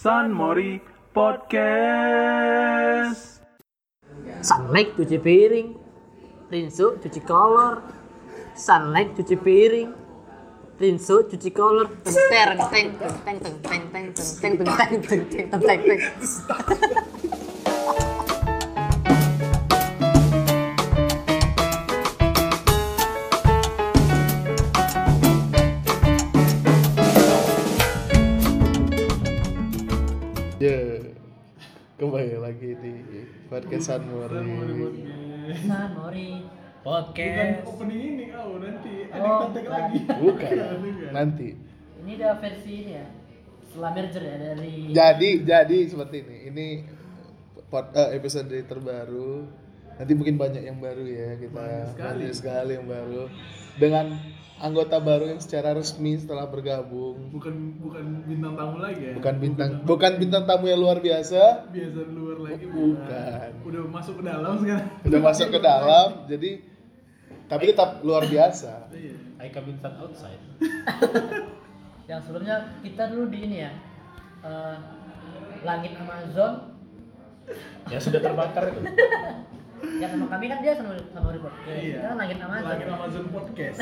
San Mori Podcast. Sunlight cuci piring, Rinso cuci kolor, Sunlight cuci piring, Rinso cuci kolor, teng teng teng teng teng teng teng teng teng teng teng teng teng teng. Kembali lagi di podcast San Mori Podcast. Bukan opening ini nanti ada kontak lagi. Bukan, nanti. Ini udah versi ini ya, setelah merger ya dari. Jadi seperti ini. Ini episode terbaru. Nanti mungkin banyak yang baru ya kita. Banyak sekali yang baru. Dengan anggota baru yang secara resmi setelah bergabung. Bukan bintang tamu lagi ya. Bukan bintang tamu yang luar biasa. Biasa luar lagi. Bukan. Udah masuk ke dalam sekarang. Udah masuk ke dalam, jadi tapi tetap luar biasa. Iya. I come inside outside. Yang sebelumnya kita dulu di ini ya, Langit Amazon. Ya sudah terbakar itu. Ya sama kami kan dia sama report. Iya. Kita Langit Amazon. Langit Amazon Podcast.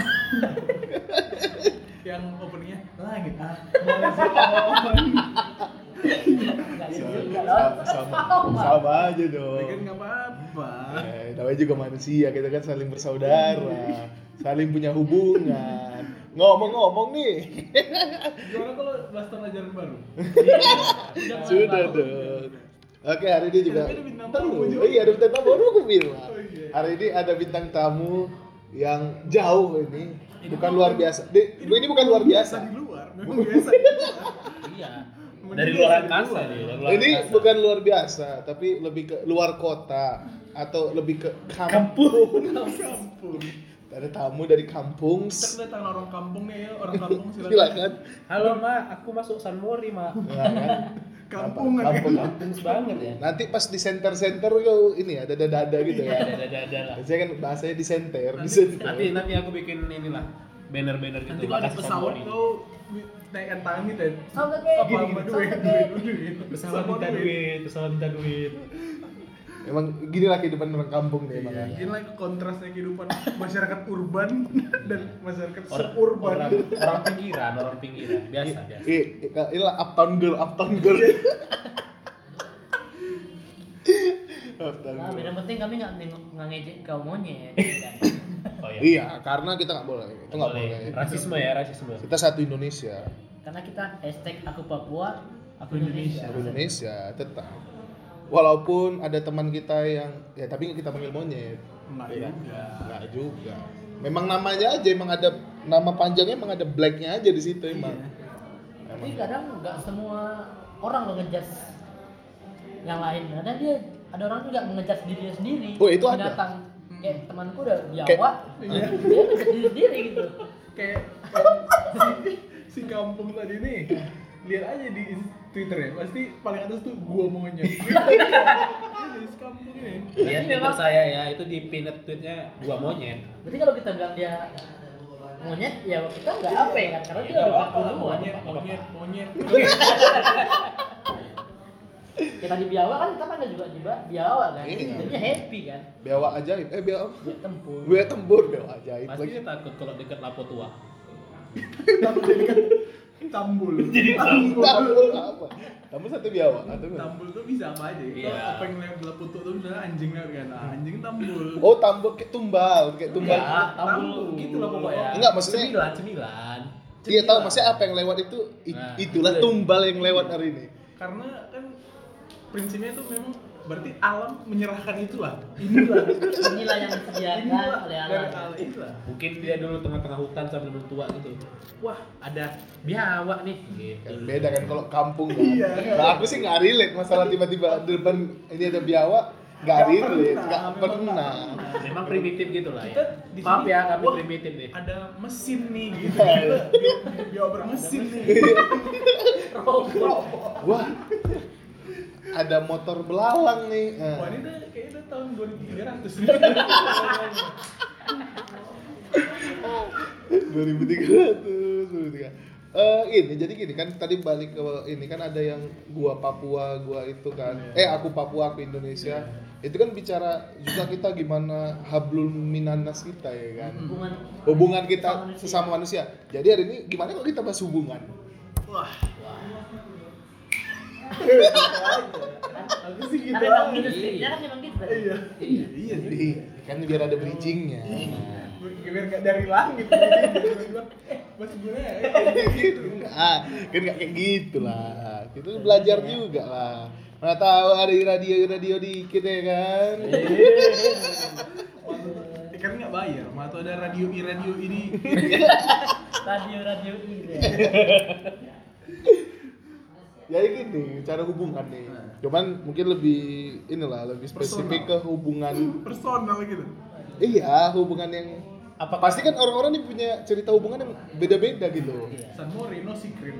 Yang openingnya Langit Sama aja dong. kan nggak apa-apa. Namanya juga manusia, kita kan saling bersaudara, saling punya hubungan. Ngomong-ngomong nih. Gimana kalau bahas pelajaran baru? Sudah dong. Oke, hari ini juga. Tapi ada bintang tamu juga. Iya, ada bintang tamu. Baru aku bilang. Oh, iya. Hari ini ada bintang tamu yang jauh ini. Bukan luar biasa. Ini bukan luar biasa. Di luar, memang biasa di luar. Iya. Memang Dari biasa luar di angkasa luar. nih. Dari luar Ini angkasa. bukan luar biasa, tapi lebih ke luar kota atau lebih ke kampung. Kampung. Ada tamu dari kampung. Kita kedatangan orang kampung nih, orang kampung Silakan. Halo Ma, aku masuk San Mori Ma. Nah, kan? Kampungan. Kampung. Kampung banget ya. Nanti pas di center kau ini ada dada gitu ya. Ada lah. Saya kan bahasanya di center. Nanti aku bikin inilah banner-banner gitu. Nanti kalau di Makasih San pesawat Mori. kau naikkan tangan gitu ya. Sampai kayak Apa duit. Pesawat minta duit. Emang gini lah kehidupan orang kampung deh emang. Ini lagi kontrasnya kehidupan masyarakat urban dan masyarakat suburban. Orang pinggiran. Biasa. Inilah uptown girl. Uptown Nah, girl. yang penting kami nggak ngejek kau monyet. Oh iya. Iya, karena kita nggak boleh. Itu nggak boleh. Rasisme. Kita satu Indonesia. Karena kita hashtag aku Papua, aku Indonesia. Aku Indonesia tetap. Walaupun ada teman kita yang ya tapi kita panggil monyet. Enggak juga. Memang namanya aja emang ada nama panjangnya emang ada blacknya aja di situ emang. Tapi kadang nggak semua orang lo ngejudge yang lain. Kadang dia ada orang juga mengejudge dirinya sendiri. Oh, itu ada. Binatang. Kayak temanku udah Jawa, dia ngejudge diri sendiri gitu. Kayak si kampung tadi nih. Lihat aja di Twitter ya, pasti paling atas tuh gua monyet. Jadi si kampung ini. Lihat Twitter saya ya, itu di pinned tweetnya gua monyet. Berarti kalau kita bilang dia monyet, ya kita nggak apa ya kan? Karena dia udah ngaku duluan. Monyet. Kita di Biawa kan kita panggil juga di Biawa kan. Iya. Jadinya happy kan. Biawa ajaib. Biawa. Dia tempur. Gue tembur biawa ajaib. Pasti dia takut kalau dekat Lapo Tua. Tapi jadi kan Tambul. Tembur apa? Tembur satu biawa atau gimana? Tambul tuh bisa apa aja. Iya. Kalau apa yang lewat gelap putih tuh misalnya anjing lewat kan. Anjing tambul. Oh, tambur kayak tumbal. Tambul Tambul. gitu loh pokoknya. Enggak, maksudnya- Cemilan. Iya tahu maksudnya apa yang lewat itu Nah, itulah itu. tumbal yang lewat hari ini. Karena kan prinsipnya tuh memang berarti alam menyerahkan itulah. Inilah Inilah yang disediakan oleh dari alam. alam itulah. Mungkin dia dulu tengah-tengah hutan sambil mentua gitu. Wah, ada biawak nih gitu. Beda kan kalau kampung kan. Iya. Nah, aku sih nggak relate masalah tiba-tiba di depan ini ada biawak, nggak relate, nggak pernah. Memang primitif gitu lah ya. Kita di Maaf sini, ya, kami wah, primitif nih. Ada mesin nih gitu. Iya. Biar bermesin nih. Wah, ada motor belalang nih. Wah, ini udah kayaknya udah tahun 2300 nih. 2300. Ini jadi gini kan tadi balik ke ini kan ada yang gua Papua, gua itu kan. Aku Papua, aku Indonesia. Itu kan bicara juga kita gimana hablum minanas kita ya kan. Hubungan kita sesama manusia. Jadi hari ini gimana kalau kita bahas hubungan? Wah. Aku sih gitu. Karena emang aja. gitu sih, ya kan emang gitu. Iya. Iya sih. Jadi kan biar ada bridgingnya. Biar nggak dari langit. Mas gue Kan nggak kayak gitu lah. Kita belajar juga lah. Mana tahu ada radio dikit ya kan. kan nggak bayar, atau ada radio ini. Radio ini. Jadi gini, cara hubungan nih. Cuman mungkin lebih lebih spesifik ke hubungan Personal gitu. Iya, hubungan yang pasti kan orang-orang nih punya cerita hubungan yang beda-beda gitu. San Mori no secret.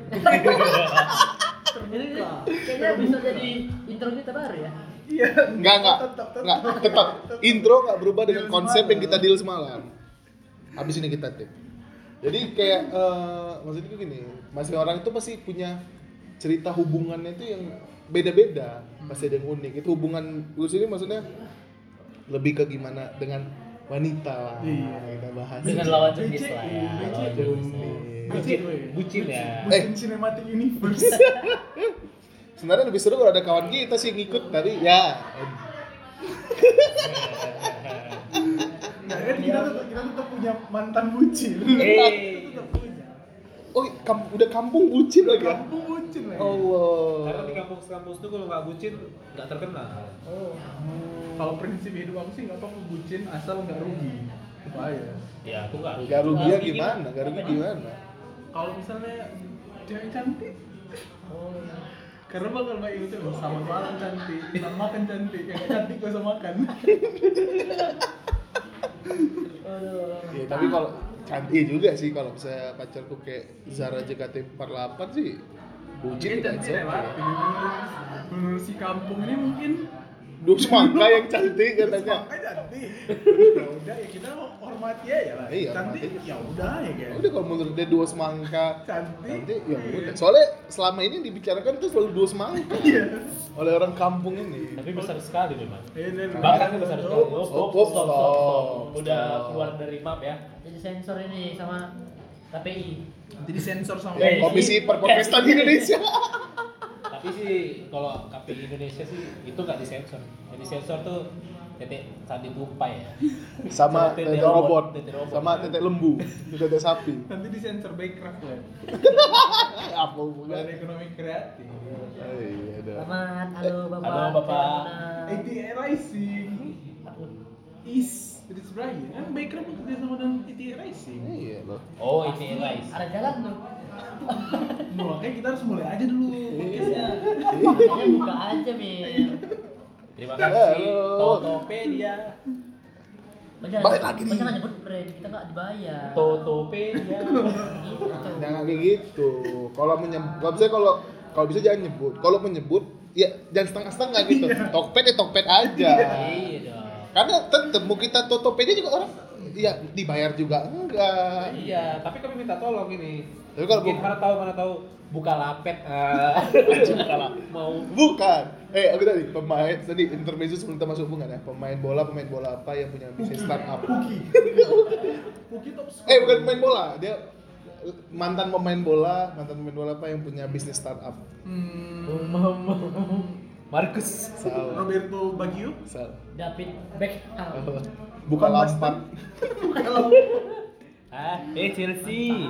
Ini kayaknya bisa jadi intro kita baru ya. Iya. Enggak. Tetap. Intro enggak berubah dengan konsep yang kita deal semalam. Habis ini kita tip. Jadi kayak maksudnya gini, masing orang itu pasti punya cerita hubungannya itu yang beda-beda, pasti ada yang unik. Itu hubungan gue sini maksudnya lebih ke gimana dengan wanita lah. Iya. Kita bahas. Dengan lawan jenis lah ya. Lawan jenis. Bucin ya. Bucin cinematic universe. Sebenarnya lebih seru kalau ada kawan kita sih yang ikut, tapi ya. Nah, kan kita tetap punya mantan bucin. Tetap punya. Oh, udah kampung bucin lagi ya? Kampung bucin lah. Allah. Karena di kampus-kampus tuh kalau nggak bucin nggak terkenal. Kalau prinsip hidup aku sih nggak apa-apa bucin asal nggak rugi. Bahaya. Ya aku nggak. Gak ruginya gimana? Gak rugi gimana? Kalau misalnya cewek cantik, karena bakal nggak itu sama malam cantik, sama makan cantik, yang cantik gak usah makan. Ya tapi kalau cantik juga sih kalau misalnya pacarku kayak Zara JKT48 sih bucin Mungkin kan cantik lewat. Menurut si kampung ini mungkin dua semangka yang cantik katanya. semangka cantik. Ya udah ya kita hormati aja lah. Iya, Cantik hormati. ya udah ya kan. Udah kalau menurut dia dua semangka Cantik. cantik ya udah. Soalnya selama ini yang dibicarakan tuh selalu dua semangka Iya. oleh orang kampung ini. Tapi besar sekali memang. Iya, Bahkan besar sekali. Stop. Udah keluar dari map ya. Jadi sensor ini sama KPI. Nanti disensor sama Komisi Perpodcastan Indonesia. Tapi sih kalau KPI Indonesia sih itu nggak disensor. Yang disensor tuh tetek sandi tupai ya. Sama Tetek tetek robot, tetek robot. sama tetek lembu, tetek sapi. Nanti disensor Backcraft lah. Apa Bukan hubungannya? ekonomi kreatif. Iya dah. Selamat, halo Bapak. Halo, Bapak. ATA Rising. It's Brian. Kan Backcraft bekerja sama dengan ATA Rising. Iya loh. Oh ini guys. Ada jalan tuh. Makanya kita harus mulai aja dulu podcastnya. Makanya buka aja, Mir. Terima kasih Halo. Totopedia. Balik lagi nih. Jangan nyebut brand, kita nggak dibayar. Totopedia. Gitu. Jangan kayak gitu. Kalau kalau bisa jangan nyebut. Kalau menyebut ya jangan setengah-setengah gitu. Tokped ya tokped aja. Iya dong. Karena tetep mau kita Totopedia juga orang ya dibayar juga enggak. Iya, tapi kami minta tolong ini. Tapi kalau Mungkin mana tahu buka lapet. Mau Bukan. Aku tadi pemain tadi intermezzo sebelum kita masuk hubungan ya. Pemain bola apa yang punya bisnis startup? Puki top score. Bukan pemain bola, dia mantan pemain bola apa yang punya bisnis startup? Marcus. Salah. Roberto Baggio. Salah. David Beckham. Bukan Lampard. Chelsea.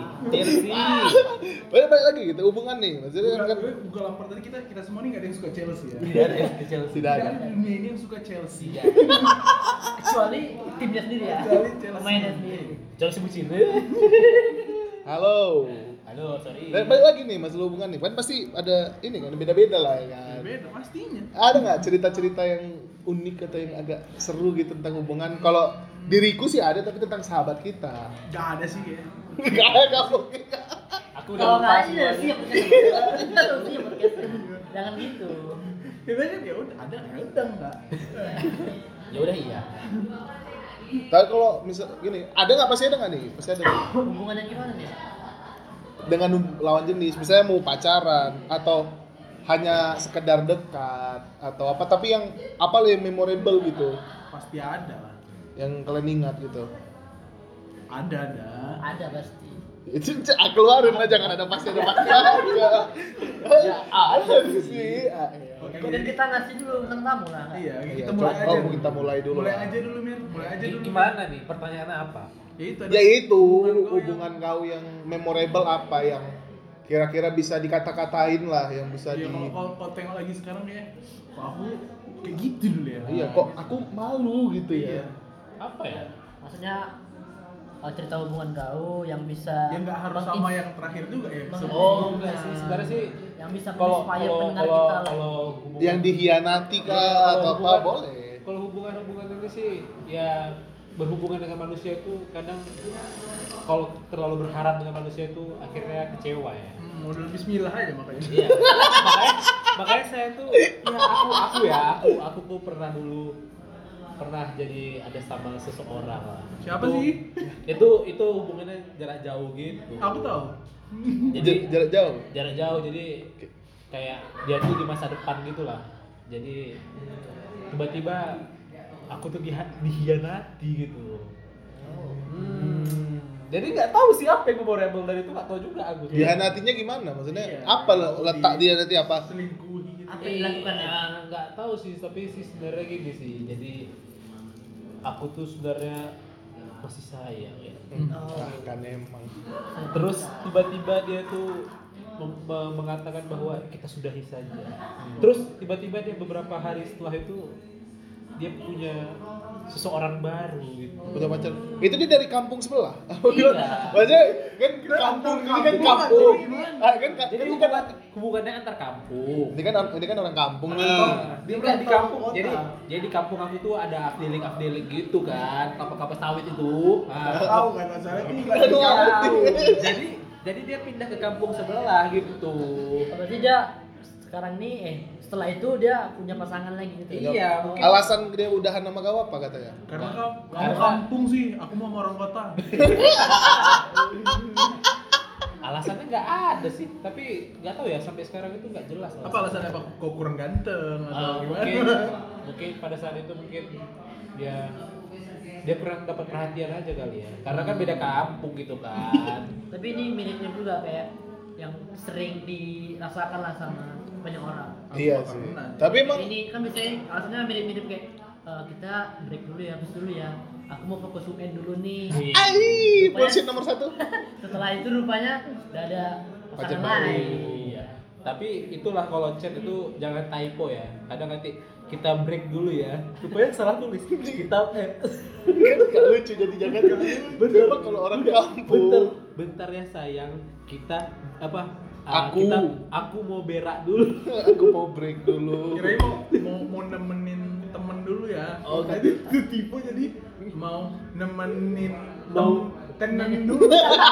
Balik lagi gitu hubungan nih. Maksudnya kan Bukan Lampard tadi kita semua nih nggak ada yang suka Chelsea ya. Tidak ada Chelsea. tidak ada. Di dunia ini yang suka Chelsea. Kecuali timnya sendiri ya. Kecuali Chelsea. Pemainnya sendiri. Chelsea bucin. Halo. Halo, sorry. Dan balik lagi nih masalah hubungan nih. Kan pasti ada ini kan beda-beda lah ya kan. Beda pastinya. Ada nggak cerita-cerita yang unik atau yang agak seru gitu tentang hubungan? Kalau diriku sih ada, tapi tentang sahabat kita. Gak ada sih ya. Gak ada kamu. Aku udah Kalau lupa nggak sih semuanya. sih ya podcast. Sih ya podcast. Jangan gitu. Kita kan ya udah ada ya udah enggak. Ya udah iya. Tapi kalau misal gini, ada nggak pasti ada nggak nih? Pasti ada. Hubungannya gimana nih? dengan lawan jenis, misalnya mau pacaran atau hanya sekedar dekat atau apa, tapi yang apa yang memorable gitu, Pasti ada lah. yang kalian ingat gitu. Ada. Ada pasti. Itu keluarin lah, jangan ada pasti aja. Ya ada sih. Dan kita ngasih dulu bintang tamu lah. Iya, Iya, kita mulai coba aja. kita mulai dulu. Mulai lah. aja dulu, Mir. Mulai aja dulu. Gimana nih? Pertanyaannya apa? Ya itu. Ya itu kau hubungan kau yang memorable apa yang kira-kira bisa dikata-katain lah, yang bisa Iya, di kalau tengok lagi sekarang kayak kok aku kayak gitu dulu ya. iya kok aku malu gitu Iya. ya. Apa ya? Maksudnya cerita hubungan kau yang bisa Ya nggak harus sama yang terakhir juga ya. Oh, enggak sih. Sebenarnya sih yang bisa kalau menginspire kalau pendengar kalau kita lah. kalau hubungan Yang dihianati kah Kalau atau apa hubungan- boleh. Kalau hubungan ini sih ya berhubungan dengan manusia itu kadang kalau terlalu berharap dengan manusia itu akhirnya kecewa ya. Model bismillah aja makanya. Iya. makanya saya tuh ya aku tuh pernah jadi ada sama seseorang lah. Siapa Itu- sih? Itu hubungannya jarak jauh gitu. Aku tahu. Jadi Jarak jauh. jarak jauh jadi kayak dia tuh di masa depan gitu lah. Jadi tiba-tiba aku tuh dihianati gitu. Jadi nggak tahu sih apa yang memorable dari itu, nggak tahu juga aku. Dihianatinya gimana? Maksudnya Iya. apa letak dia nanti apa? Selingkuhi gitu. Apa yang dilakukan ya? Nggak tahu sih, tapi sih sebenarnya gini sih. Jadi aku tuh sebenarnya masih sayang ya. Ah, kan emang. Terus tiba-tiba dia tuh mengatakan bahwa kita sudahi saja. Terus tiba-tiba dia beberapa hari setelah itu dia punya seseorang baru gitu. Punya pacar. Itu dia dari kampung sebelah. Iya. Maksudnya kan kampung ini kan kampung. Ah, kan Jadi ini kan hubungannya antar kampung. ini kan orang kampung nih. Dia udah di kampung. Jadi di kampung aku tuh ada afdeling gitu kan, kelapa-kelapa sawit itu. Nah, Tahu kan masalahnya itu nggak Aduh, tahu. jadi dia pindah ke kampung sebelah gitu. Berarti dia sekarang nih setelah itu dia punya pasangan lagi gitu. Iya, mungkin Alasan dia udahan sama kau apa katanya? Karena kamu Karena- kampung sih, aku mau sama orang kota. alasannya nggak ada sih, tapi nggak tahu ya sampai sekarang itu nggak jelas. Apa alasannya apa? Kok kurang ganteng atau gimana? Mungkin pada saat itu mungkin dia kurang dapat perhatian aja kali ya, karena kan beda kampung gitu kan. Tapi ini miripnya juga kayak yang sering dirasakan lah sama banyak orang. Iya Aku sih. pernah. Tapi emang Ini kan biasanya alasannya mirip-mirip kayak kita break dulu ya, habis dulu ya. Aku mau fokus UN dulu nih. ai, bullshit nomor 1. Setelah itu rupanya udah ada Pacar pasangan baru. lain. Iya. Tapi itulah kalau chat itu jangan typo ya. Kadang nanti kita break dulu ya. Rupanya salah tulis. Kita Kan gak lucu jadi jangan. Bener kalau orang kampung. bentar ya sayang. Kita apa? Aku. Aku mau berak dulu. Aku mau break dulu. Kirain mau nemenin temen dulu ya. Oh, Tadi itu tipe jadi mau nemenin Mau temen dulu.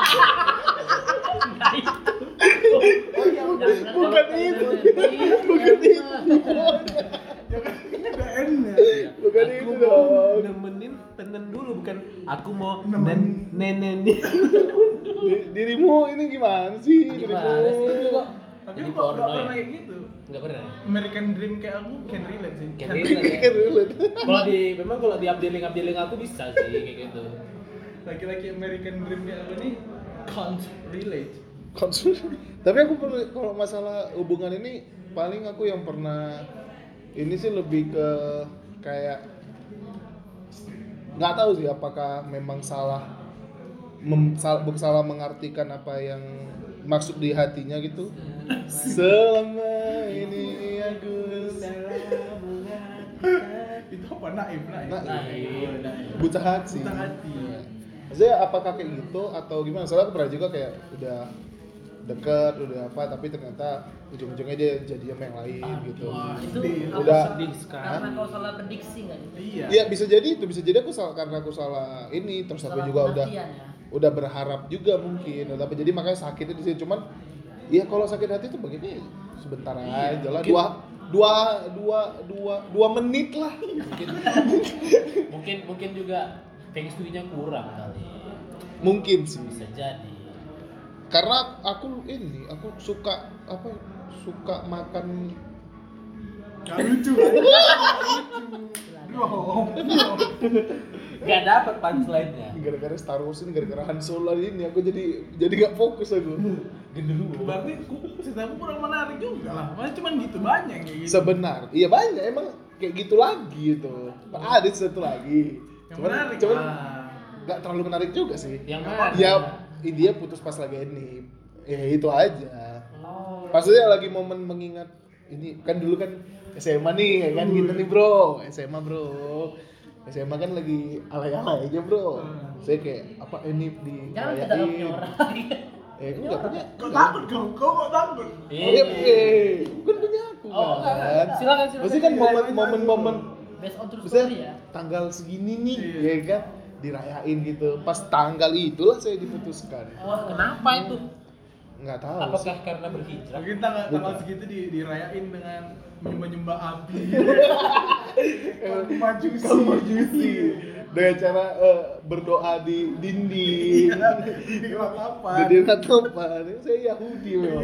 Nah, itu. Oh iya, udah. Bukan itu. Bukan itu. Ya kan ada N-nya. Bukan aku itu mau dong. nemenin tenen dulu, bukan aku mau Nemen. nenenin. Dirimu ini gimana sih? Gimana sih itu kok? Tapi Jadi kok porno nggak ya? pernah kayak gitu. Nggak pernah. American Dream kayak aku can relate sih. Can relate. Kan relate. Memang kalau di updating aku bisa sih kayak gitu. Laki-laki American Dream kayak aku nih can't relate. Tapi aku kalau masalah hubungan ini paling aku yang pernah ini sih lebih ke kayak nggak tahu sih apakah memang salah mengartikan apa yang masuk di hatinya gitu. Selama ini aku Itu apa naif? Naif. Buta hati. Buta hati. Iya. Maksudnya apakah kayak gitu atau gimana? Soalnya aku pernah juga kayak udah deket, udah apa, tapi ternyata ujung-ujungnya dia jadi sama yang lain gitu. Itu Udah. Sedih sekali. karena kau salah prediksi nggak? Iya. Iya bisa jadi itu, bisa jadi aku salah karena aku salah ini, terus aku Salah juga udah pengertian ya. udah berharap juga mungkin, tapi jadi makanya sakitnya di sini. Cuman ya kalau sakit hati itu begini sebentar aja lah, dua menit lah. Mungkin juga feng shui-nya kurang kali. Mungkin sih. Bisa jadi. Karena aku suka makan. Gak lucu kan? Gak dapet punchline-nya. Gara-gara Star Wars ini, gara-gara Han Solo ini aku jadi gak fokus aku. Genderuwo. Berarti ceritaku kurang menarik juga lah. Malah cuman gitu banyak kayak gitu. Iya banyak emang kayak gitu lagi itu. Ada satu lagi. Yang menarik. Cuman nggak terlalu menarik juga sih. Yang mana? Ya dia putus pas lagi ini. Ya itu aja. Oh. Maksudnya lagi momen mengingat ini kan dulu kan SMA nih ya kan kita nih bro. SMA kan lagi alay-alay aja bro. Saya kayak apa ini Jangan kita nggak punya orang. Enggak punya. Kok takut kau? Kau kok takut? Bukan punya aku Oh, kan. silakan. Maksudnya kan momen-momen Based on true misalnya story ya. tanggal segini nih, Iya. ya kan, dirayain gitu. Pas tanggal itulah saya diputuskan. Oh, kenapa itu? Nggak tahu sih. Apakah karena berhijrah? Mungkin tanggal Bukan. segitu dirayain dengan menyembah api. Majusi. Majusi dengan cara berdoa di dinding. Di apa? Jadi nggak tahu apa. Saya Yahudi memang.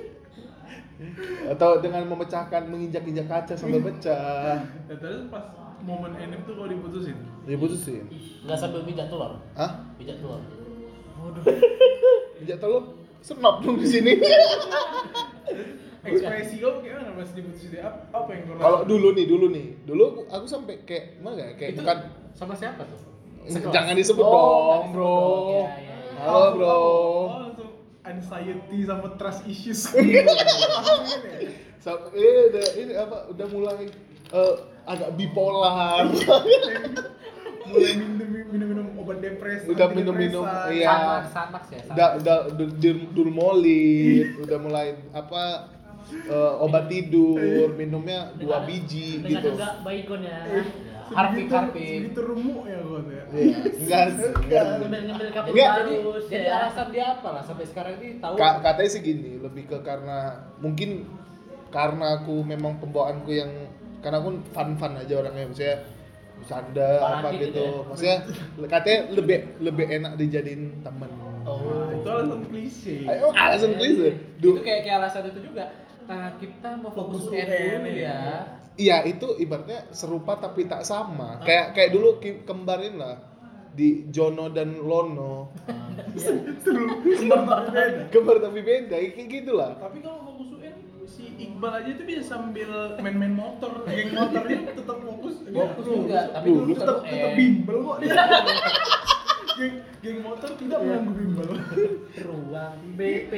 Atau dengan menginjak-injak kaca sampai pecah. Ya, terus pas momen NM tuh kalau diputusin. Diputusin. Nggak sambil pijat telur. Hah? Pijat telur. Waduh. Injak telur senap dong di sini. Ekspresi kau gimana pas diputusin? Apa yang kau rasain? Kalau dulu aku sampai kayak mana ya? Kayak Itu bukan sama siapa tuh? jangan disebut Oh, dong, jangan bro. disebut dong. Ya, ya, ya. Halo, bro. Oh, langsung anxiety sama trust issues. Ini apa? Udah mulai agak bipolar. Mulai minum obat depresi. Udah minum-minum, antidepresan. iya. Sanak ya. Udah durmolit, udah mulai apa? Obat tidur, minumnya 2 biji Dengan gitu. juga baygon ya. Harpik. Segitu remuk ya gua tuh ya. Iya, enggak sih, enggak. Ngambil kapur Enggak, terus. Jadi ya. alasan dia apa lah sampai sekarang ini tahu? Katanya sih gini, lebih ke karena mungkin karena aku memang pembawaanku yang karena aku fun aja orangnya, maksudnya bercanda apa Parah gitu. gitu ya. Maksudnya katanya lebih enak dijadiin teman. Oh. Itu alasan klise. Ayo alasan klise. Itu kayak alasan itu juga. Nah, kita mau fokus UN dulu ya. Iya, itu ibaratnya serupa tapi tak sama. Kayak dulu kembarin lah di Jono dan Lono. Kembar tapi beda, kayak gitulah. Tapi kalau fokus UN si Iqbal aja tuh bisa sambil main-main motor, geng motornya tetap fokus. Fokus juga, tapi Dulu dulu kan tetap UN. bimbel kok dia. Geng motor tidak mengganggu bimbel. Ruang BP.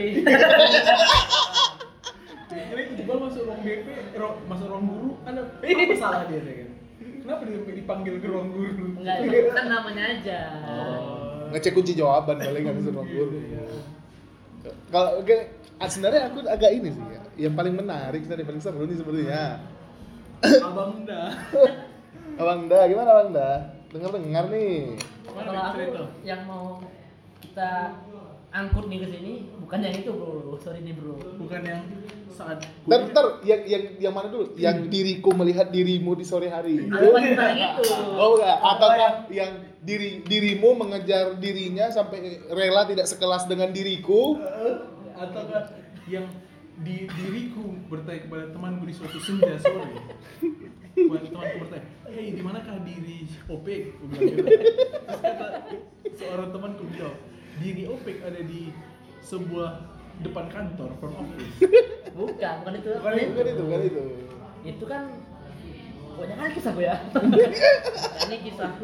Kira Iqbal masuk ruang BP, masuk ruang guru, apa salah dia kan? Kenapa dia sampai dipanggil ke ruang guru? Enggak, itu kan namanya aja. Ngecek kunci jawaban paling kan disuruh guru. Kalau sebenarnya aku agak ini sih ya. Yang paling menarik dari paling seru nih sepertinya. Abang dah. Abang Da, gimana Abang Da? Dengar nih. Kalau aku yang mau kita angkut nih ke sini bukan yang itu bro, sorry nih bro. Bukan yang saat Ntar yang mana dulu? Yang diriku melihat dirimu di sore hari. Ada wanita gitu. Oh enggak, ataukah yang dirimu mengejar dirinya sampai rela tidak sekelas dengan diriku? ataukah yang diriku bertanya kepada temanku di suatu senja sore. Temanku bertanya, "Hei, di manakah diri Opek?" Aku bilang gitu. Terus kata seorang temanku jawab, "Diri Opek ada di sebuah depan kantor, front office." Bukan itu. Bukan itu. Itu kan banyak kali kisahku ya. Ini kisahku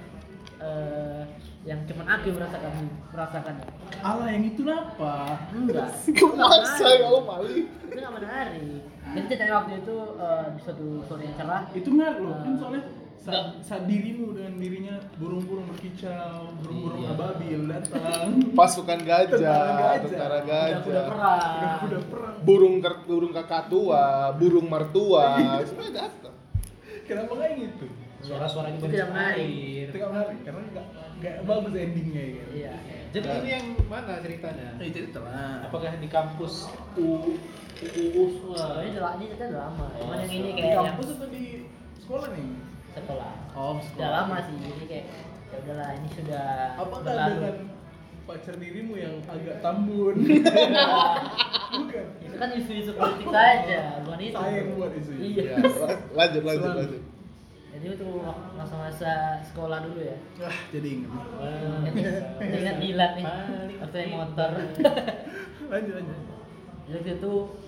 yang cuman aku yang merasakan. Allah, yang itu apa? Enggak. Kau maksa kau Mali. Itu nggak menarik. Jadi ceritanya waktu itu di suatu sore yang cerah. Itu nggak loh, kan soalnya saat dirimu dengan dirinya burung-burung berkicau, burung-burung ababil datang. Pasukan gajah, Tentara tentara Udah gajah, perang. Udah perang. burung kakak tua, burung mertua, semua datang. Kenapa nggak yang itu? Suara-suaranya Itu tidak menarik. Itu nggak menarik karena nggak bagus endingnya gitu. Iya. Jadi ini yang mana ceritanya? Cerita lah. Apakah di kampus Soalnya ini cerita udah lama. Cuman yang ini Di kayak yang kampus atau di sekolah nih? sekolah. Oh, Udah lama sih. Ini kayak ya udahlah ini sudah Apakah berlalu. dengan pacar dirimu yang agak tambun. Bukan. Itu kan isu-isu politik saja, bukan itu. Saya yang buat isu. Iya. Ya, lanjut. Selalu. Jadi itu masa-masa sekolah dulu ya. Jadi ingat. Ingat Dilan nih, waktu naik motor. Lanjut. Jadi itu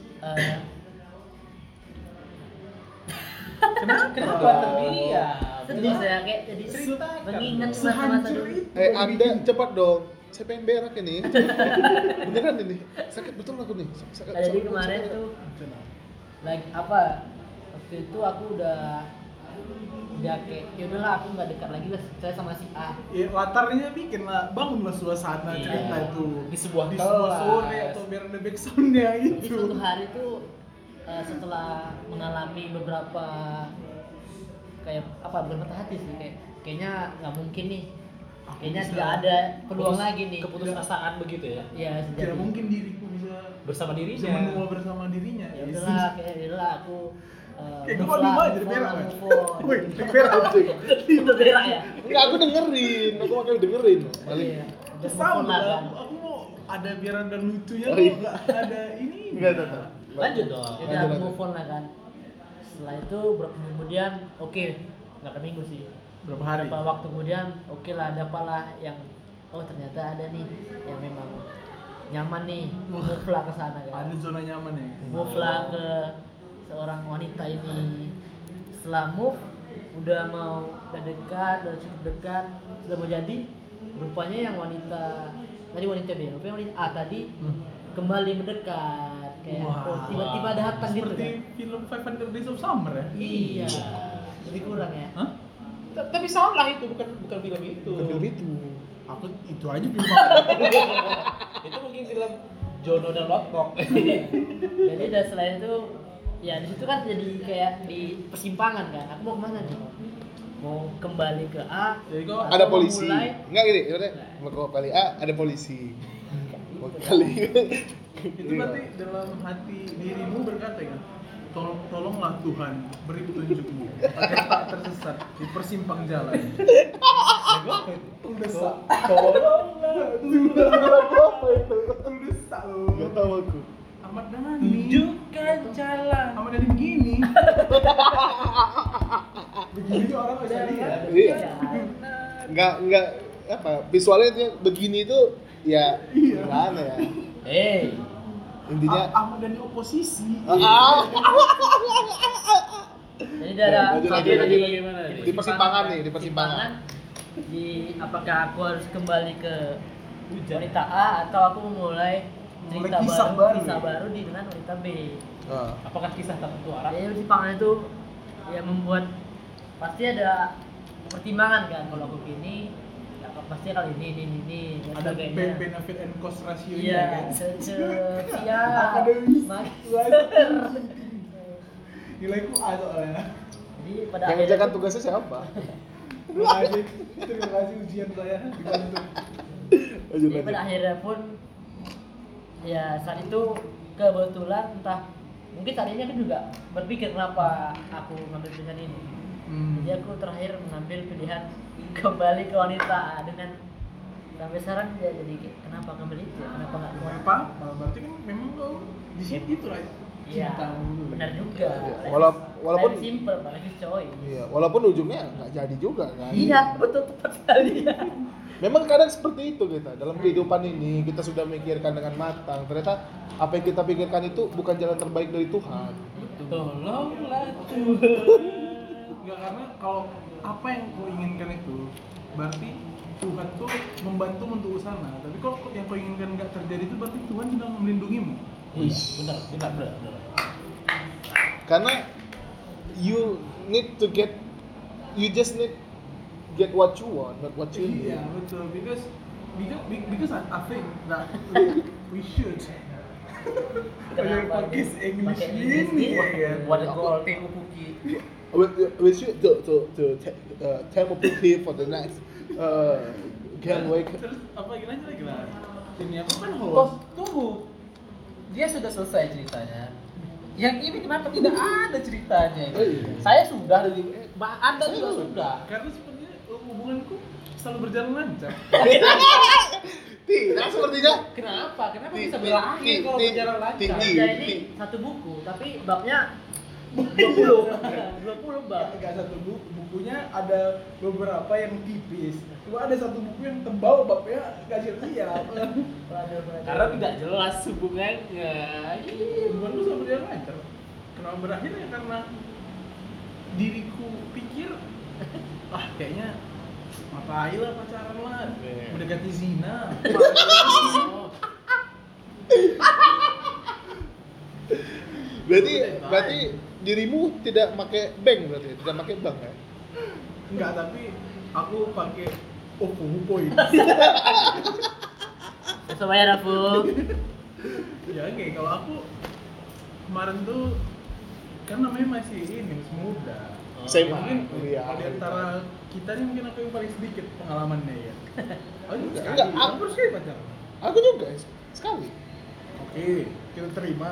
Kenapa terdiam? sedih saya kayak jadi mengingat masa-masa dulu. Anda cepat dong. Saya pengen berak ini. Beneran ini. Sakit betul aku nih. Nah, jadi kemarin tuh lagi apa? Waktu itu aku udah kayak yaudahlah aku nggak dekat lagi lah saya sama si A. Ya, latarnya bikin lah, bangunlah suasana Iya. cerita itu Di sebuah sore kelas. atau biar ada backsoundnya Jadi gitu. suatu hari tuh setelah mengalami beberapa kayak apa bukan patah hati sih kayaknya nggak mungkin nih. Kayaknya bisa. tidak ada peluang lagi nih. Keputusasaan begitu ya. Iya, Tidak mungkin diriku bisa Bersama dirinya. menua bersama dirinya. Ya udahlah, kayak yaudahlah aku Kayak gue move mau lah, aja di move berak lah, kan. move on. Woi, di berak anjing. Itu berak ya. Enggak, aku dengerin. Aku makanya dengerin. Paling Iya. Udah move Kesal on lah lah, kan. aku mau ada biar ada lucunya Oh, kok iya. nggak ada ini. enggak tetap. Lanjut dong. Ya udah Lanjut, aku lanjut. move on lah kan. Setelah itu berapa minggu kemudian, oke, nggak ada minggu sih. Berapa hari? Beberapa waktu kemudian, oke lah, dapatlah yang oh ternyata ada nih yang memang nyaman nih, move lah ke sana kan. Ada zona nyaman ya. Move lah ke seorang wanita ini. Setelah move, udah mau dekat, udah cukup dekat, sudah mau jadi. Rupanya yang wanita B, rupanya wanita A tadi kembali mendekat, kayak Wah. oh, tiba-tiba datang gitu Seperti kan. film 500 Days of Summer ya. Iya, lebih kurang ya. Hah? Tapi salah itu bukan film itu. Bukan film itu. Aku itu aja film apa? Itu mungkin film Jono dan Lotkok. Jadi dan selain itu, ya di situ kan jadi kayak di persimpangan kan. Aku mau kemana nih? Mau kembali ke A? Jadi kok atau Ada mau polisi. mulai? Enggak gini, yaudah. Mau kali A ada polisi. Mau kali itu berarti dalam hati dirimu berkata ya, tolonglah Tuhan beri petunjukmu agar tak tersesat di persimpang jalan. Mendesak. Tolonglah Tuhan. Mendesak loh. Enggak tahu aku. Ahmad Dhani. Tunjukkan jalan. Ahmad Dhani begini. Begini tuh orang nggak bisa lihat. Iya. Enggak apa visualnya dia begini itu ya gimana ya? Intinya Ahmad Dhani oposisi. Jadi ada Lanjut, jadi lanjut. Bagaimana nih? Di persimpangan nih, di persimpangan. Di apakah aku harus kembali ke wanita A atau aku memulai cerita Mulai kisah kisah baru. baru di dengan wanita B. Apakah kisah tak tentu arah? Jadi persimpangan itu ya membuat pasti ada pertimbangan kan kalau aku gini ya pasti kali ini dan Ada sebagainya. benefit and cost ratio Iya, kan. siap. Akademis. Magister. Nilaiku A soalnya. Jadi pada yang akhirnya ngerjakan tuh- tugasnya siapa? Terima kasih ujian saya dibantu. Lanjut Jadi pada akhirnya pun ya saat itu kebetulan entah mungkin tadinya aku juga berpikir kenapa aku ngambil pilihan ini. Jadi aku terakhir mengambil pilihan kembali ke wanita dengan sampai sekarang ya jadi kenapa ngambil itu ya? Kenapa nggak Nggak apa-apa, berarti kan memang kau di sini gitu lah. Iya, Cintamu. benar juga. Walaupun- Life simple, life is choice. Iya, walaupun ujungnya nggak jadi juga kan. Iya, betul tepat sekali ya. Memang kadang seperti itu kita dalam kehidupan ini kita sudah memikirkan dengan matang. Ternyata apa yang kita pikirkan itu bukan jalan terbaik dari Tuhan. Tolonglah Tuhan. Enggak, karena kalau apa yang kau inginkan itu berarti Tuhan tuh membantu untuk usaha. Tapi kalau yang kau inginkan nggak terjadi itu berarti Tuhan sedang melindungimu. Iya, benar. Karena you need to get, you just need get what you want, not what you need. Iya betul, because I think that we should. Pakai English Pakai ini ya kan. What a goal, Temu Puki. We should to take a pity for the next game week. Terus apa lagi lah? Ini aku kan Oh, host. tunggu. Dia sudah selesai ceritanya. Yang ini kenapa tidak ada ceritanya? Oh, iya. Saya sudah Anda juga sudah. Karena sepertinya hubunganku selalu berjalan lancar. Tidak sepertinya. Kenapa bisa berakhir kalau berjalan lancar? Tinggi. Nah, ini satu buku, tapi babnya 20 bab. Enggak satu bukunya ada beberapa yang tipis. Cuma ada satu buku yang tebal babnya enggak siap. Karena tidak jelas hubungannya. Bukan lu sama dia lancar. Kenapa berakhir ya karena diriku pikir kayaknya ngapain lah pacaran lah, mendekati zina. Berarti dirimu tidak pakai bank berarti, tidak pakai bank ya? Enggak, tapi aku pakai OVO point. Bisa bayar aku. Ya oke, kalau aku kemarin tuh kan namanya masih ini masih muda. SMA, Mungkin kuliah. di antara kita nih mungkin aku yang paling sedikit pengalamannya ya. Oh, Enggak, enggak. aku- Aku sekali pacaran. Aku juga sekali. Oke, kita terima.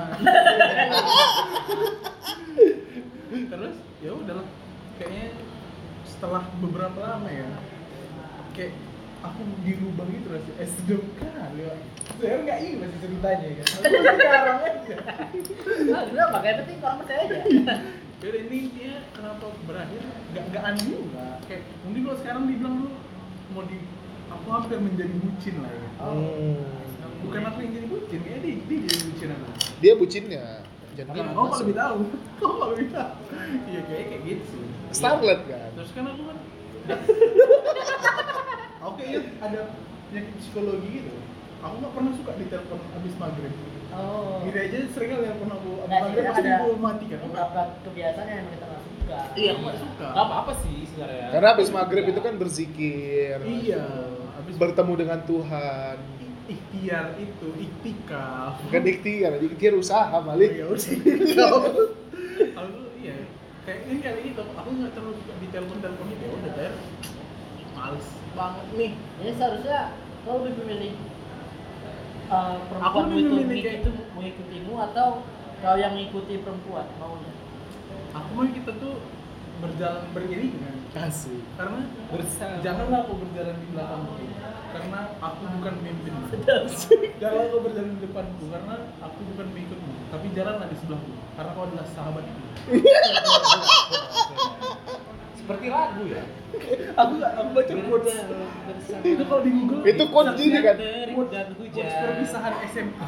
Terus ya udahlah. Kayaknya setelah beberapa lama ya, kayak aku dirubah gitu rasanya. Sedap kali. Wak. Saya nggak ini masih ceritanya ya. Aku sekarang aja. Kenapa? Kayak penting orang percaya aja. Jadi ini dia kenapa berakhir? Nggak aneh juga. Kayak mungkin kalau sekarang dibilang lu mau di aku hampir menjadi bucin lah ya. Bukan aku yang jadi bucin, ya dia jadi bucin aku. Dia bucinnya. Jadi Oh, kalau lebih tahu. Kalau lebih tahu. Iya kayak gitu sih. Starlet kan. Terus kan aku kan oke ya ada yang psikologi gitu. Aku nggak pernah suka ditelepon habis maghrib. Oh. Gini aja sering kali telepon aku habis Nggak, maghrib pasti ada aku matikan. beberapa kebiasaan yang kita nggak suka. Iya, aku nggak suka. Gak apa-apa sih sebenarnya. Karena habis maghrib itu kan berzikir. Iya, habis Bertemu dengan Tuhan. ikhtiar itu, iktikaf. Bukan ikhtiar usaha Malik. Ya udah. Aku iya, kayak ini kali ini aku nggak terlalu suka di telepon itu ya udah der. Males banget nih. Jadi seharusnya kau lebih memilih perempuan Aku lebih itu memilih kayak- itu mengikutimu atau kau yang mengikuti perempuan maunya? Aku mau kita tuh berjalan beriringan. Asik. Karena Bersama. janganlah aku berjalan di belakangku. Karena aku bukan pemimpin. Janganlah kau berjalan di depanku karena aku bukan pengikutmu. Tapi jalanlah di sebelahku karena kau adalah sahabatku. Seperti lagu ya. Aku baca quotes. Itu kalau di Google Itu quotes gini kan? Terik dan quotes hujan. perpisahan SMA.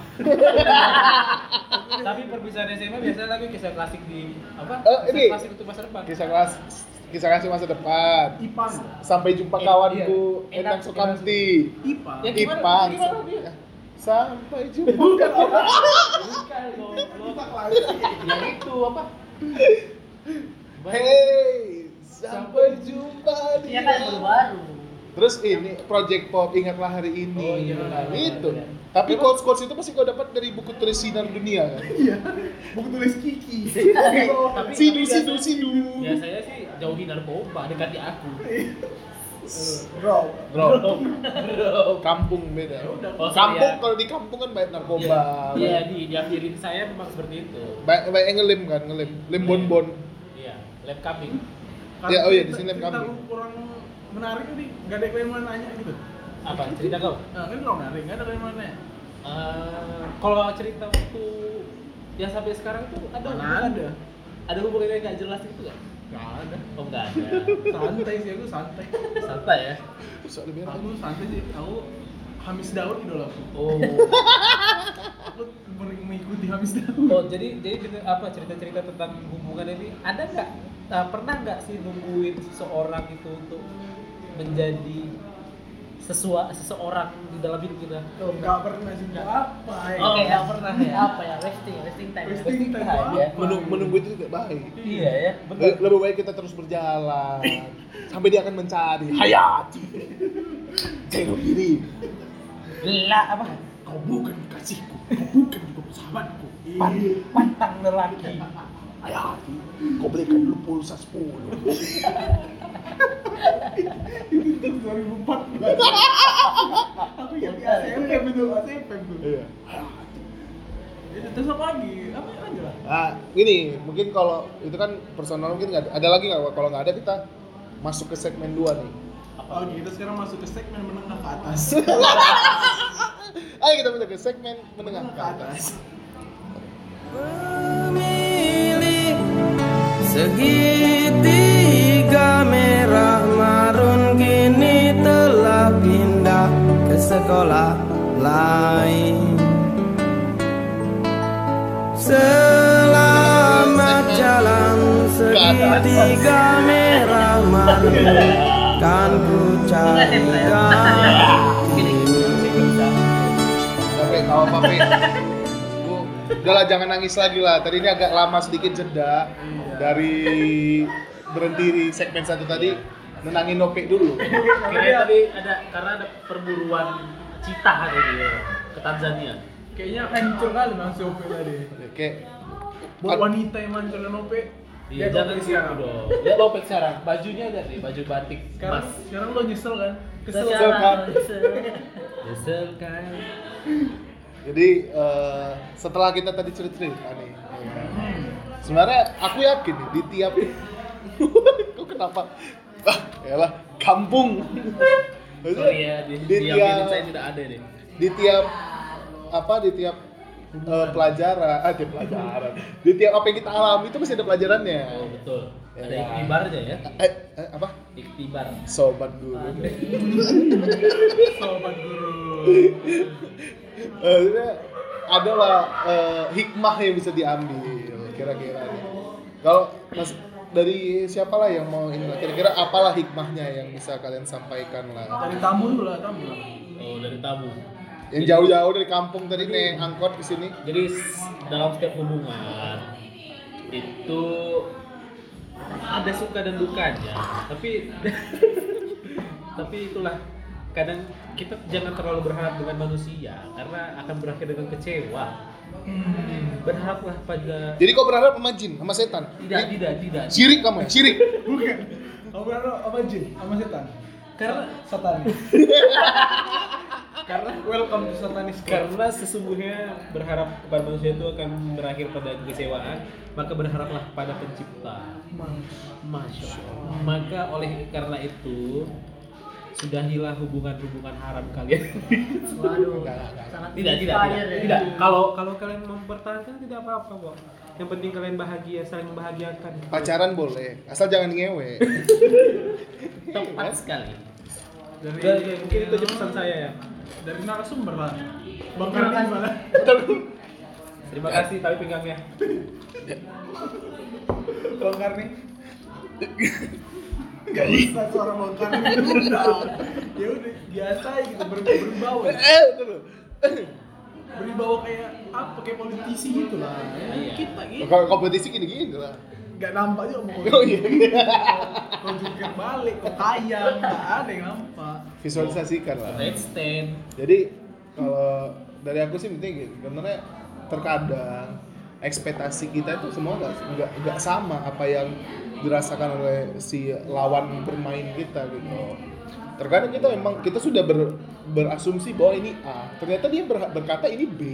Tapi perpisahan SMA biasanya lagi kisah klasik di apa? Ini. Kisah klasik untuk masa depan. Kisah kasih masa depan. Ipang. Sampai jumpa Iya. kawanku Enak, Endang Sukamti. Ipang. Ya, gimana? Ipang. Gimana dia? Sampai jumpa. Bukan orang. Bukan lo. Kita klasik. Yang itu apa? Hey, sampai jumpa di. Iya kan baru-baru. Terus ini Project Pop ingatlah hari ini. Oh, iya, Nah, benar, itu. benar. Tapi quotes itu pasti kau dapat dari buku tulis Sinar Dunia kan. Iya. Buku tulis Kiki. Tapi Sidu. biasanya sih jauhi narkoba, dekati aku. Bro. Bro, Bro. kampung beda. Ya udah. Oh, Kampung saya- kalau di kampung kan banyak narkoba. Iya, di diambilin saya memang seperti itu. Banyak ngelem kan, lem bon-bon. Iya, lab kambing. Ya, oh iya, di sini Cerita kambing. lu kurang menarik nih. Gak ada yang mau nanya gitu. Apa cerita kau? Nah, kan kalau menarik, gak ada yang mau nanya. Kalau cerita waktu yang sampai sekarang tuh ada Mana hubungan ada? Ada hubungan yang nggak jelas itu nggak? Gak ada. Oh nggak ada. Santai sih aku santai. Santai ya. Soalnya biar Aku santai sih. Aku Hamis Daud idola aku. Oh. Aku mengikuti Hamis Daud. Oh jadi apa cerita-cerita tentang hubungan ini ada nggak? Pernah nggak sih nungguin seseorang itu untuk menjadi seseorang di dalam hidup kita? Oh, gak pernah sih. Apa ya? Oke, nggak pernah ya? Apa ya? Wasting time. Wasting time time, apa? ya. menunggu itu tidak baik. Iya ya. Betul. Lebih baik kita terus berjalan sampai dia akan mencari hayati. Jangan diri. Lah apa? Kau bukan kekasihku. Kau bukan juga sahabatku. Pantang lelaki. Hayati, kau belikan dulu pulsa 10. Itu 2014. Aku yang di ACFM itu, ACFM tuh. Iya. Terus apa lagi? Apa aja lah? Nah, ini mungkin kalau itu kan personal mungkin nggak ada lagi nggak? Kalau nggak ada kita masuk ke segmen 2 nih. Oke, kita sekarang masuk ke segmen menengah ke atas. Ayo kita masuk ke segmen menengah ke atas. Memilih segitiga merah marun kini telah pindah ke sekolah lain. Selamat jalan segitiga merah marun kan ku carikan. Papi. Udahlah jangan nangis lagi lah. Tadi ini agak lama sedikit jeda dari berhenti di segmen 1 tadi nenangin Nope dulu. Kira tadi karena ada perburuan citah tadi ya, ke Tanzania. Kayaknya hancur kali Bang Sope tadi. Kayak Buat wanita yang hancurkan Nope. Iya, jangan gitu dong. Lihat Lopek sekarang, bajunya lihat nih, baju batik Sekarang lo nyesel kan? Kesel kan? Kesel kan? Jadi setelah kita tadi cerita nih, sebenarnya aku yakin nih di tiap kok kenapa? Yalah kampung. Sorry ya, di tiap saya tidak ada deh. Di tiap pelajaran, di tiap apa yang kita alami itu pasti ada pelajarannya. Oh betul. Ya, Ada iktibarnya ya. Apa? Iktibar. Sobat guru. Sobat guru. Adalah hikmah yang bisa diambil kira-kira nih. Kalau dari siapalah yang mau ini lah, kira-kira apalah hikmahnya yang bisa kalian sampaikan lah. Dari tamu dulu lah, tamu. Oh dari tamu. Yang jauh-jauh dari kampung tadi nih angkot ke sini. Jadi dalam setiap hubungan itu ada suka dan dukanya, tapi itulah kadang kita jangan terlalu berharap dengan manusia karena akan berakhir dengan kecewa. Berharaplah pada. Jadi kau berharap sama jin, sama setan? Tidak. Syirik kamu, syirik. Bukan. Kamu berharap apa jin? Sama setan? Karena Satanis. Karena welcome to Satanis. Karena sesungguhnya berharap kepada manusia itu akan berakhir pada kekecewaan, maka berharaplah pada pencipta. Masya Allah. Maka oleh karena itu sudahilah hubungan-hubungan haram kalian. Waduh, sangat Tidak. Kalau kalian mempertahankan tidak apa-apa kok. Yang penting kalian bahagia, saling membahagiakan. Pacaran boleh, asal jangan ngewe. Tepat sekali. Dari Mungkin itu aja pesan saya ya. dari narasumber lah. Bang Karni gimana? Terima kasih tapi pinggangnya. Bang Karni. Gak bisa suara Bang Karni udah. Ya udah biasa gitu berwibawa. Berwibawa kayak apa? Kayak politisi gitu lah. Ya, kita gitu. Kalau kompetisi gini-gini lah. Gak nampak juga mau. Oh iya. Kau jungkir balik, kau kayang, gak ada yang nampak. Visualisasikan lah. Let's stand. Jadi kalau dari aku sih penting gitu, sebenarnya terkadang ekspektasi kita itu semua nggak sama apa yang dirasakan oleh si lawan bermain kita gitu. Terkadang kita sudah berasumsi bahwa ini A, ternyata dia berkata ini B.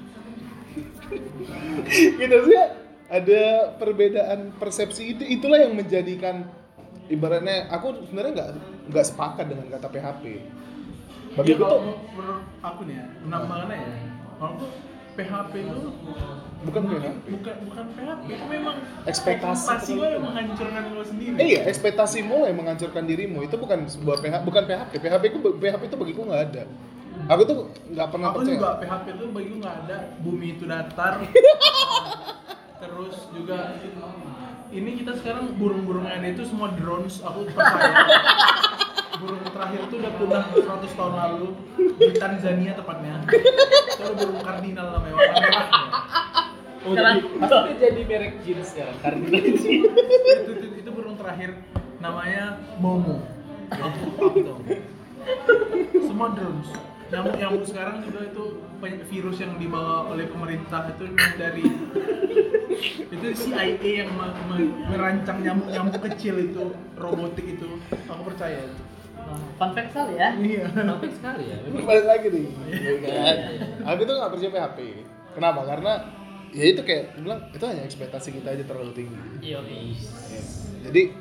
Gitu sih. Ada perbedaan persepsi itulah yang menjadikan ibaratnya aku sebenarnya nggak sepakat dengan kata PHP. Bagi aku tuh menurut aku nih ya, menambahkannya ya. Kalau tuh PHP itu bukan PHP. Bukan PHP, itu memang Ekspektasi lo yang menghancurkan lo sendiri. Iya, ekspektasimu lah yang menghancurkan dirimu. Itu bukan sebuah bukan PHP. PHP itu bagiku nggak ada. Aku tuh nggak pernah aku percaya. juga PHP itu bagiku nggak ada. Bumi itu datar. Terus juga ini kita sekarang burung-burungnya itu semua drones. Aku percaya burung terakhir itu udah punah 100 tahun lalu di Tanzania tepatnya. Itu ada burung kardinal namanya, warna merah ya. Oh, jadi merek jeans sekarang karena Itu burung terakhir namanya Momo. Gitu. Semua drones. Nyamuk sekarang juga itu virus yang dibawa oleh pemerintah itu dari itu CIA yang merancang nyamuk kecil itu, robotik itu. Aku percaya itu. Fun fact sekali ya. Iya. sampai sekali ya. Balik lagi nih. Aku tuh nggak percaya PHP. Kenapa? Karena ya itu kayak bilang itu hanya ekspektasi kita aja terlalu tinggi. Iya. Jadi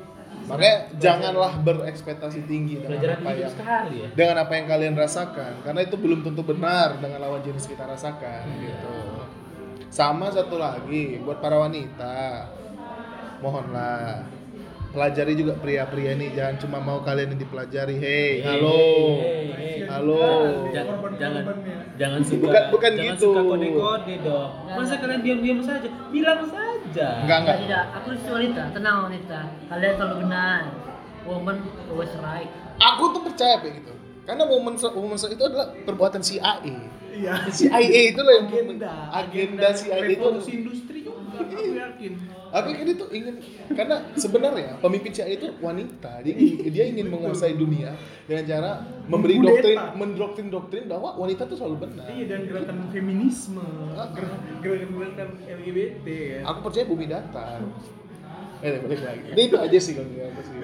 Makanya janganlah berekspektasi tinggi Pelajaran hidup sekali ya. dengan apa yang kalian rasakan, karena itu belum tentu benar dengan lawan jenis kita rasakan gitu. Sama satu lagi buat para wanita, mohonlah pelajari juga pria-pria ini, jangan cuma mau kalian yang dipelajari. Hei, halo. Jangan suka Bukan jangan gitu. suka kode-kode dong. Masa kalian diam-diam saja? Bilang saja. Enggak. Tidak, aku di wanita, tenang wanita. Kalian selalu benar. Woman always right. Aku tuh percaya kayak gitu. Karena woman itu adalah perbuatan CIA. Iya. CIA itu loh yang agenda CIA itu. revolusi industri juga. Aku yakin. Aku yakin itu ingin, karena sebenarnya pemimpin CIA itu wanita. Dia ingin menguasai dunia dengan cara memberi doktrin bahwa wanita itu selalu benar. Iya, dan gerakan feminisme, gerakan LGBT ya. Aku percaya bumi datar. Balik lagi. Ini itu aja sih kalau aku sih.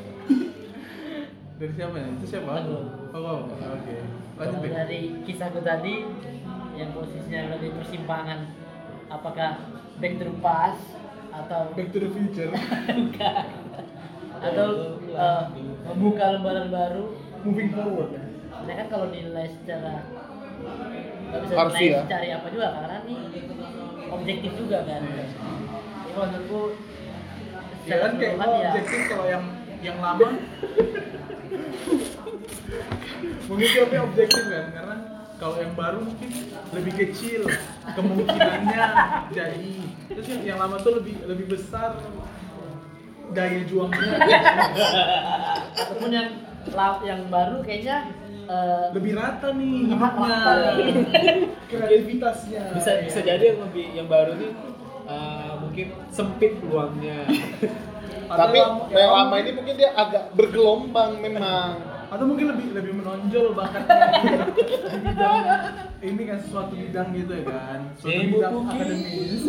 Dari siapa ya? Itu siapa? Oh, oke. Lanjut Kalau deh. dari kisahku tadi yang posisinya lebih persimpangan, apakah back to the past atau Back to the future. atau membuka lembaran baru. Moving forward. Nah kan kalau nilai secara nggak bisa Harfi nilai ya. cari apa juga karena ini objektif juga kan. Jadi kalau menurutku Ya kan kayak keseluruhan objektif kalau yang lama mungkin lebih objektif kan, karena kalau yang baru mungkin lebih kecil kemungkinannya jadi, terus yang lama tuh lebih besar daya juangnya, ataupun yang baru kayaknya lebih rata nih hidupnya, kreativitasnya. Bisa jadi yang baru nih mungkin sempit peluangnya. Tapi yang lama ini mungkin dia agak bergelombang memang. Atau mungkin lebih menonjol bakatnya di bidang ini kan, suatu bidang gitu ya kan, suatu bidang akademis.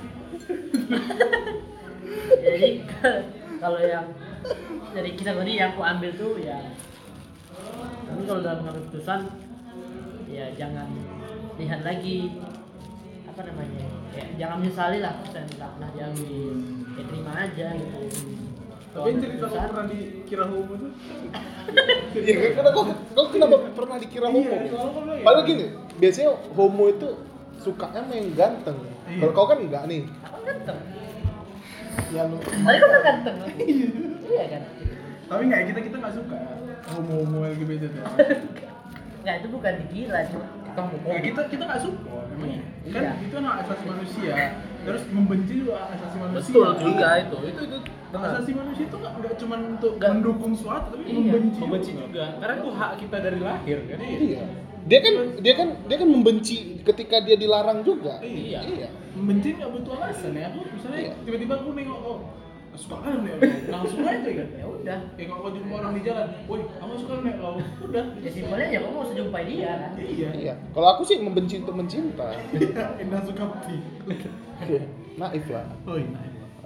jadi kalau yang dari kisah tadi yang aku ambil tuh ya, tapi kalau dalam mengambil keputusan ya jangan lihat lagi apa namanya, ya, jangan menyesali lah keputusan yang nggak pernah diambil, ya terima aja gitu. Tapi yang cerita kok pernah dikira homo tuh? Iya, karena kok kenapa pernah dikira homo? Iya, soalnya kan lo ya. Padahal gini, biasanya homo itu sukanya main ganteng. Iya. Kalau kau kan enggak nih. Aku ganteng, Ya lu tadi kan udah ganteng, iya kan? Tapi nggak, kita nggak suka homo LGBT tuh. Nggak, itu bukan dikira cuma Ya, kita nggak suka namanya. Kan Iya. itu hak asasi manusia. Terus membenci juga hak asasi manusia. Betul juga itu Hak asasi manusia itu nggak cuma untuk Nggak. mendukung suatu, tapi Iya, membenci juga. Karena itu hak kita dari lahir kan. iya. Dia kan membenci ketika dia dilarang juga. Iya. Iya. Membenci nggak butuh alasan ya. Misalnya Iya. tiba-tiba aku nengok, oh suka kan nih, langsung aja kan. ya udah. Kayak kalau jumpa orang di jalan, woi kamu suka nih kau, udah. Ya simpelnya ya kamu mau sejumpai dia kan. Iya. Iya. Kalau aku sih membenci untuk mencinta. Indah Sukapti. Naif lah. Oh iya.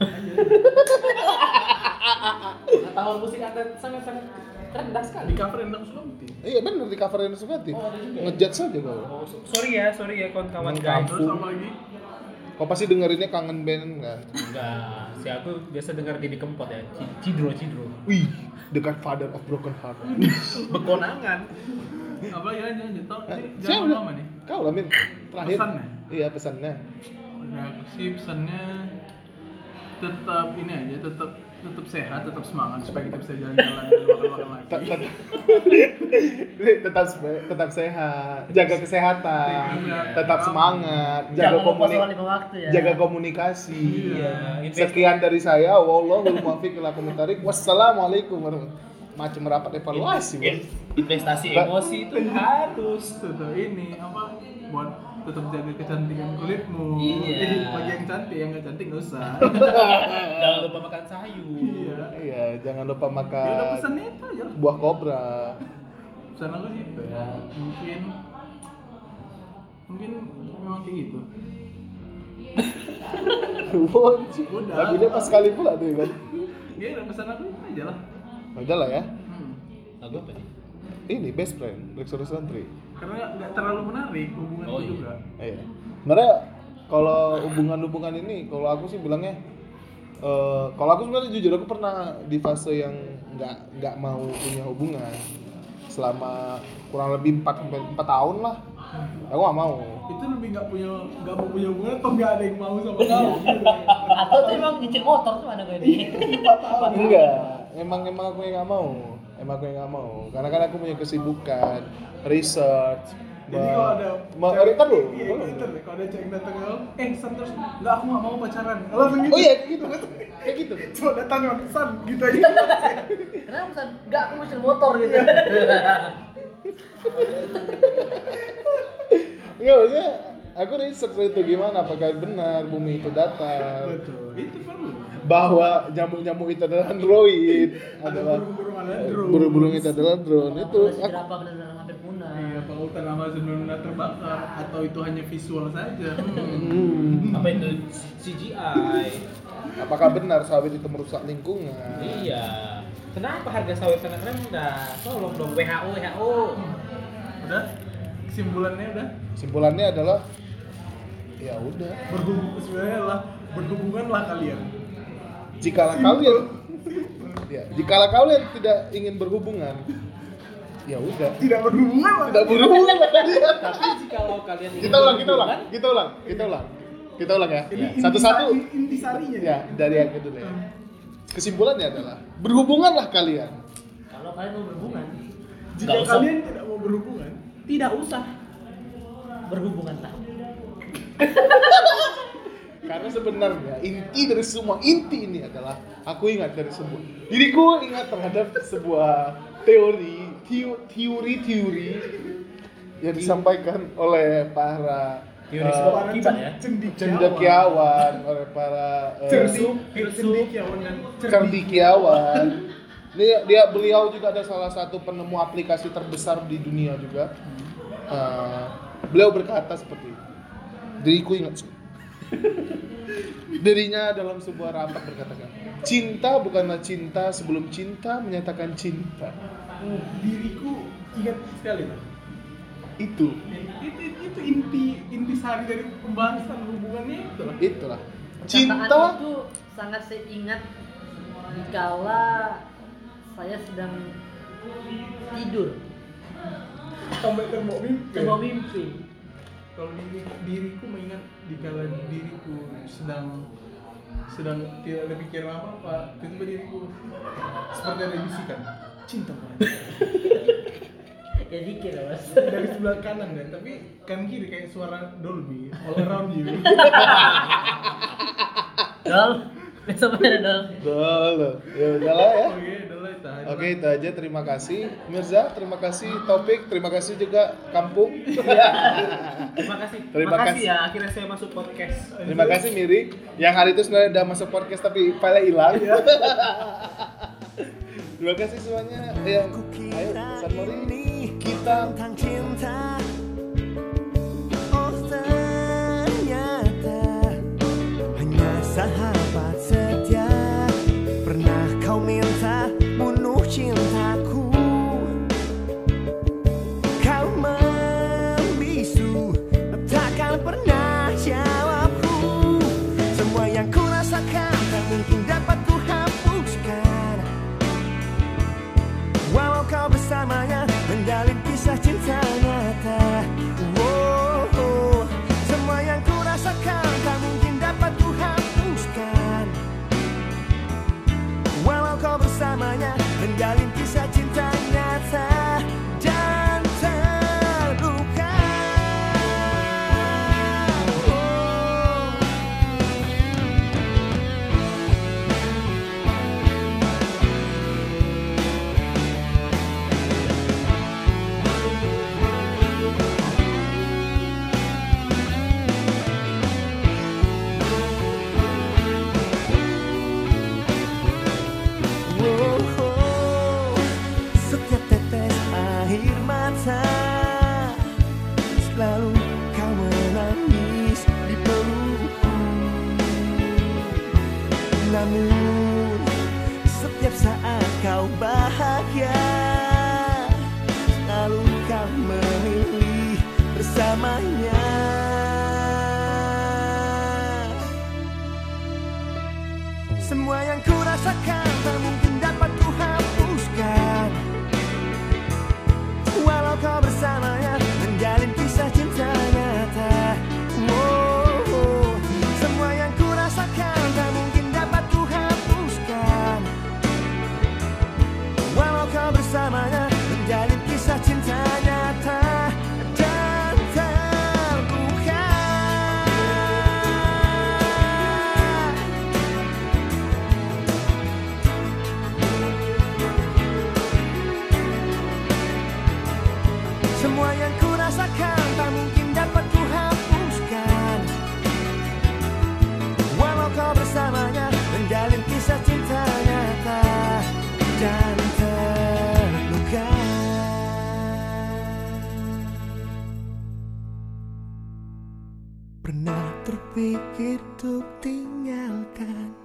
Pengetahuan musik Anda sangat-sangat rendah sekali. Di cover Indah Sukapti. Iya benar, di cover yang Sukati. Oh, ada juga. Ngejudge saja kau. Oh, sorry ya kawan-kawan Emang guys. Terus apa lagi? Kau pasti dengerinnya kangen band kan? Enggak, si aku biasa dengar Didi Kempot ya, Cidro. Wih, the Godfather of Broken Heart. Bekonangan. Apa ya, lanjut. Tau, ini Siapa? jangan lama nih. Kau lah Min, terakhir. Pesannya? Iya pesannya. Nah, sih pesannya tetap ini aja, tetap sehat, tetap semangat supaya kita bisa jalan-jalan dan makan-makan lagi. Tetap sehat, jaga kesehatan, Iya. tetap semangat, Jangan lupa sholat 5 waktu ya. jaga komunikasi. Iya. Sekian dari saya, wallahul muwaffiq ila aqwamit thoriq. Wassalamualaikum warahmatullahi. Macam rapat evaluasi, Bang. Investasi emosi itu harus. Tetap ini apa, buat tetap jaga kecantikan kulitmu. Iya. Bagi yang cantik, yang nggak cantik nggak usah. Jangan lupa makan sayur. Iya. Iya, jangan lupa Ya udah, makan pesannya itu aja. buah kobra. Pesan aku sih itu ya. Mungkin memang kayak gitu. Udah. Lagunya pas sekali pula tuh kan. Ya udah, pesan aku itu aja lah. Udah lah ya. Lagu apa nih? Ini best friend, Rexurus Country. Karena nggak terlalu menarik hubungan Oh, itu iya. juga. Iya. Sebenarnya kalau hubungan-hubungan ini, kalau aku sih bilangnya Kalau aku sebenarnya jujur aku pernah di fase yang nggak mau punya hubungan selama kurang lebih 4 tahun lah. Aku nggak mau. Itu lebih nggak mau punya hubungan atau nggak ada yang mau sama kamu? Atau tuh emang nyicil motor tuh mana gue ini. Enggak, emang aku yang nggak mau. Emang aku yang nggak mau. Karena kan aku punya kesibukan, research. Jadi kalau ada Ntar dulu. iya, gitu deh. Kalau ada cewek datang ke lo, San terus nggak, aku nggak mau pacaran. Langsung gitu. Oh iya kayak gitu, kayak gitu. Cuma datang San gitu aja. Kenapa San? Enggak, aku nyicil motor gitu. Enggak, maksudnya aku research itu gimana, apakah benar bumi itu datar, Betul, itu perlu. bahwa nyamuk-nyamuk itu adalah android, adalah burung-burung adalah drone. burung-burung itu adalah drone. Itu Masih berapa benar-benar hampir punah. Iya, apa hutan Amazon benar-benar terbakar atau itu hanya visual saja? Apa itu CGI? apakah benar sawit itu merusak lingkungan? Iya. Kenapa harga sawit sangat rendah? Tolong dong WHO. Udah? Kesimpulannya udah? Kesimpulannya adalah ya udah, Sebenarnya adalah berhubunganlah kalian. jikalau kalian jikalau kalian tidak ingin berhubungan, ya udah, Tidak berhubungan lah. tidak berhubungan kalian. Tapi jikalau kalian ingin Kita ulang ya. Ini Satu-satu. intisarinya. Ya, dari yang itu ya. Kesimpulannya adalah berhubunganlah kalian. Kalau kalian mau berhubungan, Jika nggak usah kalian tidak mau berhubungan, tidak usah berhubungan lah. Karena sebenarnya inti dari semua inti ini adalah diriku ingat terhadap sebuah teori yang disampaikan oleh para para kibat ya? cendekiawan, oleh para cendekiawan dan cerdikiawan. Beliau juga ada salah satu penemu aplikasi terbesar di dunia juga. Beliau berkata seperti itu. Diriku ingat. Dirinya dalam sebuah rapat berkatakan, cinta bukanlah cinta sebelum cinta menyatakan cinta. Diriku ingat sekali lah. Itu inti sari dari pembahasan hubungannya itulah. itulah. Perkataan Cinta itu sangat saya ingat dikala saya sedang tidur Sampai terbawa mimpi. terbawa mimpi. Kalau diriku mengingat dikala diriku sedang tidak ada pikiran apa-apa, tiba-tiba diriku seperti ada bisikan, cinta padamu. Ya dikit lah mas. Dari sebelah kanan deh, tapi kan kiri kayak suara Dolby all around you. Dol, besok ada dol. Dulu. Ya udahlah ya. Oke, udah itu aja. Oke, itu aja. Terima kasih Mirza, terima kasih Topik, terima kasih juga Kampung. Terima kasih. Terima kasih. Ya, akhirnya saya masuk podcast. Terima kasih Miri, yang hari itu sebenarnya udah masuk podcast tapi file-nya hilang. Terima kasih semuanya. Ya, ayo San Mori, kita tentang cinta. Oh ternyata hanya sahabat setia. Pernah kau minta bunuh cintaku, kau membisu, takkan pernah jawabku. Semua yang ku rasakan tak mungkin dapat ku hapuskan. Walau kau bersamanya, menjalin kisah cinta nyata. terpikir untuk tinggalkan.